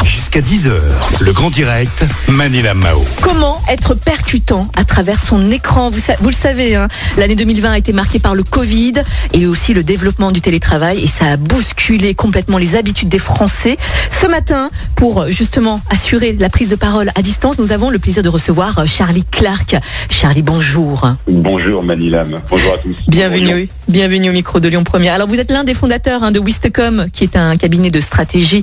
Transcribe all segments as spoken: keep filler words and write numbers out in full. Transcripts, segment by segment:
Jusqu'à dix heures, le grand direct, Manila Mao. Comment être percutant à travers son écran? Vous, sa- vous le savez, hein, l'année deux mille vingt a été marquée par le Covid et aussi le développement du télétravail et ça a bousculé complètement les habitudes des Français. Ce matin, pour justement assurer la prise de parole à distance, nous avons le plaisir de recevoir Charlie Clark. Charlie, bonjour. Bonjour Manilam, bonjour à tous. Bienvenue, bienvenue au micro de Lyon Première. Alors vous êtes l'un des fondateurs hein, de Wistcom, qui est un cabinet de stratégie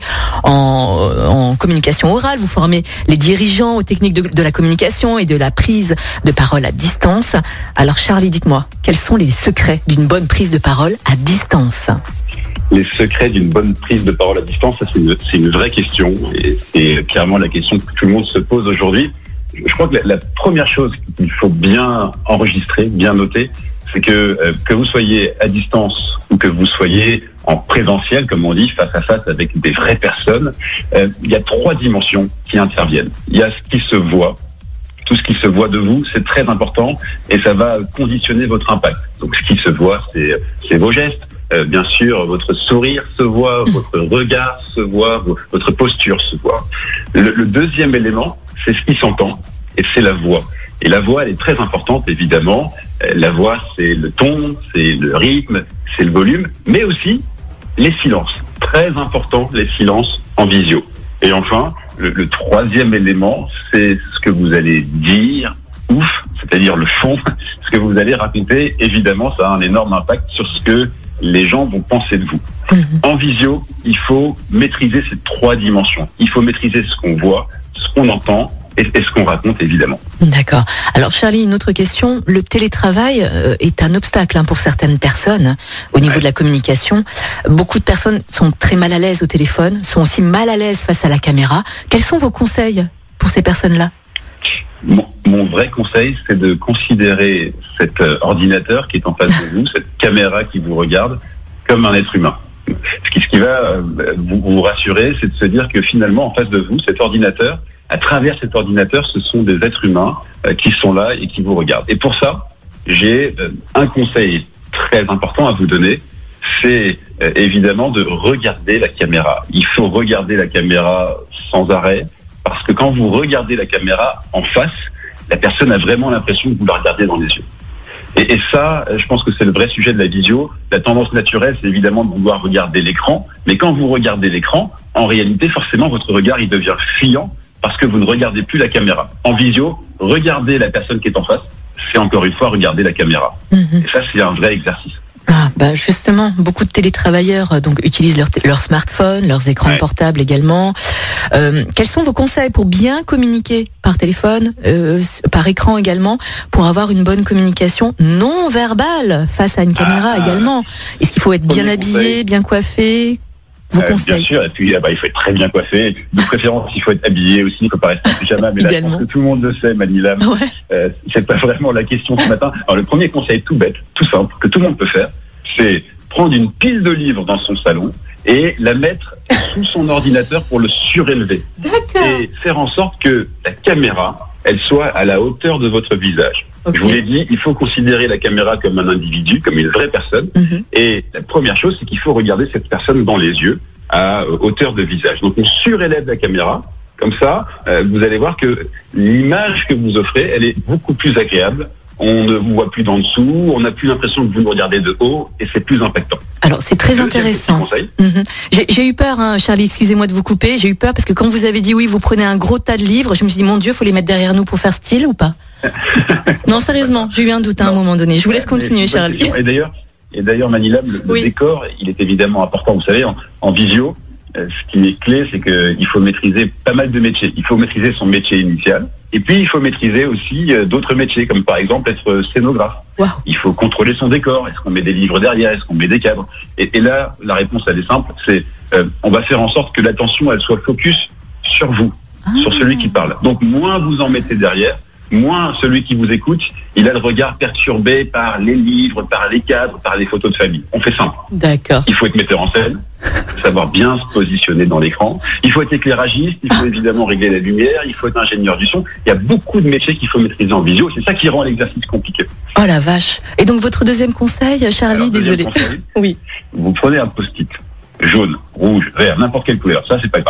en, en communication orale. Vous formez les dirigeants aux techniques de, de la communication et de la prise de parole à distance. Alors Charlie, dites-moi, quels sont les secrets d'une bonne prise de parole à distance? Les secrets d'une bonne prise de parole à distance, ça c'est une, c'est une vraie question et c'est clairement la question que tout le monde se pose aujourd'hui. Je crois que la, la première chose qu'il faut bien enregistrer, bien noter, c'est que euh, que vous soyez à distance ou que vous soyez en présentiel, comme on dit, face à face avec des vraies personnes, euh, il y a trois dimensions qui interviennent. Il y a ce qui se voit. Tout ce qui se voit de vous, c'est très important et ça va conditionner votre impact. Donc ce qui se voit, c'est, c'est vos gestes. Euh, bien sûr, votre sourire se voit, votre regard se voit, votre posture se voit. Le, le deuxième élément, c'est ce qui s'entend et c'est la voix. Et la voix, elle est très importante, évidemment. Euh, la voix, c'est le ton, c'est le rythme, c'est le volume, mais aussi les silences. Très important, les silences en visio. Et enfin, le, le troisième élément, c'est ce que vous allez dire, ouf, c'est-à-dire le fond, ce que vous allez raconter. Évidemment, ça a un énorme impact sur ce que les gens vont penser de vous. Mmh. En visio, il faut maîtriser ces trois dimensions. Il faut maîtriser ce qu'on voit, ce qu'on entend et, et ce qu'on raconte, évidemment. D'accord. Alors Charlie, une autre question. Le télétravail euh, est un obstacle hein, pour certaines personnes au niveau ouais. de la communication. Beaucoup de personnes sont très mal à l'aise au téléphone, sont aussi mal à l'aise face à la caméra. Quels sont vos conseils pour ces personnes-là ? Mon, mon vrai conseil, c'est de considérer cet euh, ordinateur qui est en face de vous, cette caméra qui vous regarde, comme un être humain. Ce qui, ce qui va euh, vous, vous rassurer, c'est de se dire que finalement, en face de vous, cet ordinateur, à travers cet ordinateur, ce sont des êtres humains euh, qui sont là et qui vous regardent. Et pour ça, j'ai euh, un conseil très important à vous donner, c'est euh, évidemment de regarder la caméra. Il faut regarder la caméra sans arrêt, parce que quand vous regardez la caméra en face, la personne a vraiment l'impression que vous la regardez dans les yeux. Et, et ça, je pense que c'est le vrai sujet de la visio. La tendance naturelle, c'est évidemment de vouloir regarder l'écran. Mais quand vous regardez l'écran, en réalité, forcément, votre regard, il devient fuyant parce que vous ne regardez plus la caméra. En visio, regardez la personne qui est en face, c'est encore une fois regarder la caméra. Mmh. Et ça, c'est un vrai exercice. Ah, bah justement, beaucoup de télétravailleurs donc utilisent leur, t- leur smartphone, leurs écrans ouais. portables également. Euh, quels sont vos conseils pour bien communiquer par téléphone, euh, par écran également, pour avoir une bonne communication non verbale face à une caméra ah, également? Est-ce qu'il faut être bien habillé, conseil. bien coiffé? Vos euh, conseils? Bien sûr, et puis ah bah, il faut être très bien coiffé. De préférence, il faut être habillé aussi, il ne faut pas rester en pyjama. Mais là, je pense que tout le monde le sait, Manila. Ouais. Euh, c'est pas vraiment la question ce matin. Alors le premier conseil tout bête, tout simple, que tout le monde peut faire, c'est prendre une pile de livres dans son salon et la mettre sous son ordinateur pour le surélever. D'accord. Et faire en sorte que la caméra, elle soit à la hauteur de votre visage. Okay. Je vous l'ai dit, il faut considérer la caméra comme un individu, comme une vraie personne. Mm-hmm. Et la première chose, c'est qu'il faut regarder cette personne dans les yeux, à hauteur de visage. Donc on surélève la caméra. Comme ça, euh, vous allez voir que l'image que vous offrez, elle est beaucoup plus agréable. On ne vous voit plus d'en dessous, on n'a plus l'impression que vous nous regardez de haut et c'est plus impactant. Alors c'est très intéressant. Mmh. J'ai, j'ai eu peur, hein, Charlie, excusez-moi de vous couper, j'ai eu peur parce que quand vous avez dit oui, vous prenez un gros tas de livres, je me suis dit mon Dieu, faut les mettre derrière nous pour faire style ou pas? Non, sérieusement, j'ai eu un doute à un moment donné. Je vous laisse continuer, Charlie. Et d'ailleurs, et d'ailleurs Manila, le, oui. le décor, il est évidemment important. Vous savez, en, en visio, euh, ce qui est clé, c'est qu'il faut maîtriser pas mal de métiers. Il faut maîtriser son métier initial. Et puis, il faut maîtriser aussi euh, d'autres métiers, comme par exemple être scénographe. Wow. Il faut contrôler son décor. Est-ce qu'on met des livres derrière? Est-ce qu'on met des cadres? et, et là, la réponse, elle est simple. C'est euh, on va faire en sorte que l'attention, elle soit focus sur vous, ah. sur celui qui parle. Donc, moins vous en mettez derrière, moins celui qui vous écoute, il a le regard perturbé par les livres, par les cadres, par les photos de famille. On fait simple. D'accord. Il faut être metteur en scène, savoir bien se positionner dans l'écran. Il faut être éclairagiste, il faut évidemment régler la lumière, il faut être ingénieur du son. Il y a beaucoup de métiers qu'il faut maîtriser en visio. C'est ça qui rend l'exercice compliqué. Oh la vache. Et donc votre deuxième conseil, Charlie, Alors, désolé. Conseil, oui. Vous prenez un post-it jaune, rouge, vert, n'importe quelle couleur. Ça, c'est pas grave.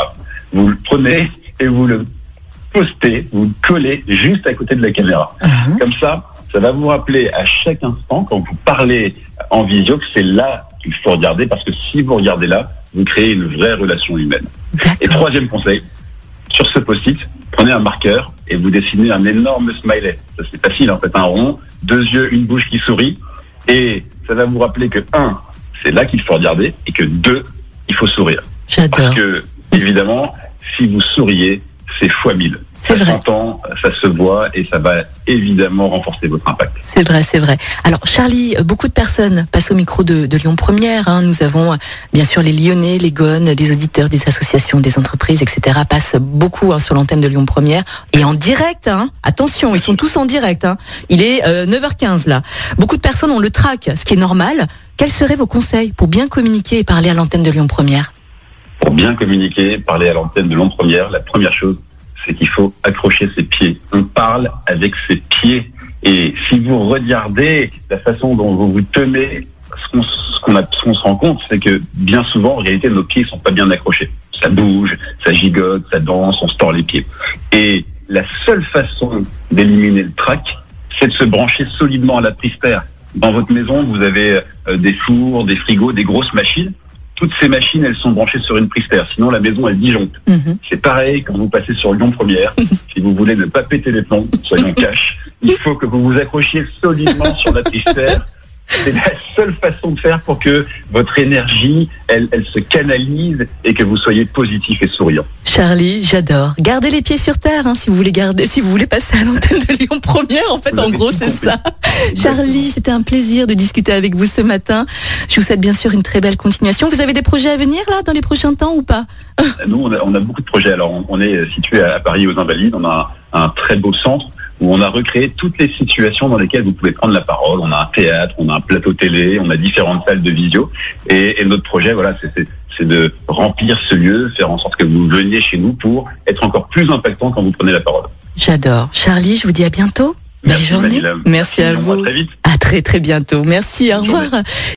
vous le prenez et vous le postez, vous le collez juste à côté de la caméra. Uh-huh. Comme ça, ça va vous rappeler à chaque instant, quand vous parlez en visio, que c'est là qu'il faut regarder, parce que si vous regardez là, vous créez une vraie relation humaine. D'accord. Et troisième conseil, sur ce post-it, prenez un marqueur et vous dessinez un énorme smiley. Ça, c'est facile, en fait, un rond, deux yeux, une bouche qui sourit, et ça va vous rappeler que, un, c'est là qu'il faut regarder, et que deux, il faut sourire. J'adore. Parce que, évidemment, si vous souriez, c'est fois mille. C'est ça vrai. s'entend, ça se voit et ça va évidemment renforcer votre impact. C'est vrai, c'est vrai. Alors Charlie, beaucoup de personnes passent au micro de, de Lyon Première. Hein. Nous avons bien sûr les Lyonnais, les Gones, les auditeurs des associations, des entreprises, et cetera passent beaucoup hein, sur l'antenne de Lyon Première et en direct. Hein. Attention, ils sont tous en direct. Hein. Il est euh, neuf heures quinze là. Beaucoup de personnes ont le trac, ce qui est normal. Quels seraient vos conseils pour bien communiquer et parler à l'antenne de Lyon Première ? Pour bien communiquer, parler à l'antenne de Lyon Première, la première chose, c'est qu'il faut accrocher ses pieds. On parle avec ses pieds. Et si vous regardez la façon dont vous vous tenez, ce qu'on, ce qu'on, a, ce qu'on se rend compte, c'est que bien souvent, en réalité, nos pieds ne sont pas bien accrochés. Ça bouge, ça gigote, ça danse, on se tord les pieds. Et la seule façon d'éliminer le trac, c'est de se brancher solidement à la prise paire. Dans votre maison, vous avez euh, des fours, des frigos, des grosses machines. Toutes ces machines, elles sont branchées sur une prise terre. Sinon, la maison, elle disjoncte. Mm-hmm. C'est pareil quand vous passez sur Lyon Première. Si vous voulez ne pas péter les plombs, soyons cash, il faut que vous vous accrochiez solidement sur la prise terre. C'est la seule façon de faire pour que votre énergie, elle, elle se canalise et que vous soyez positif et souriant. Charlie, j'adore. Gardez les pieds sur terre, hein, si vous voulez garder, si vous voulez passer à l'antenne de Lyon Première. En fait, vous en gros, c'est compris. Ça. Charlie, c'était un plaisir de discuter avec vous ce matin. Je vous souhaite bien sûr une très belle continuation. Vous avez des projets à venir là dans les prochains temps ou pas ? Nous, on a, on a beaucoup de projets. Alors, on, on est situé à, à Paris aux Invalides. On a un, un très beau centre où on a recréé toutes les situations dans lesquelles vous pouvez prendre la parole. On a un théâtre, on a un plateau télé, on a différentes salles de visio. Et, et notre projet, voilà, c'est, c'est, c'est de remplir ce lieu, faire en sorte que vous veniez chez nous pour être encore plus impactant quand vous prenez la parole. J'adore. Charlie, je vous dis à bientôt. Merci, Belle journée. Manila. Merci à vous. À très vite. À très très bientôt. Merci, au revoir.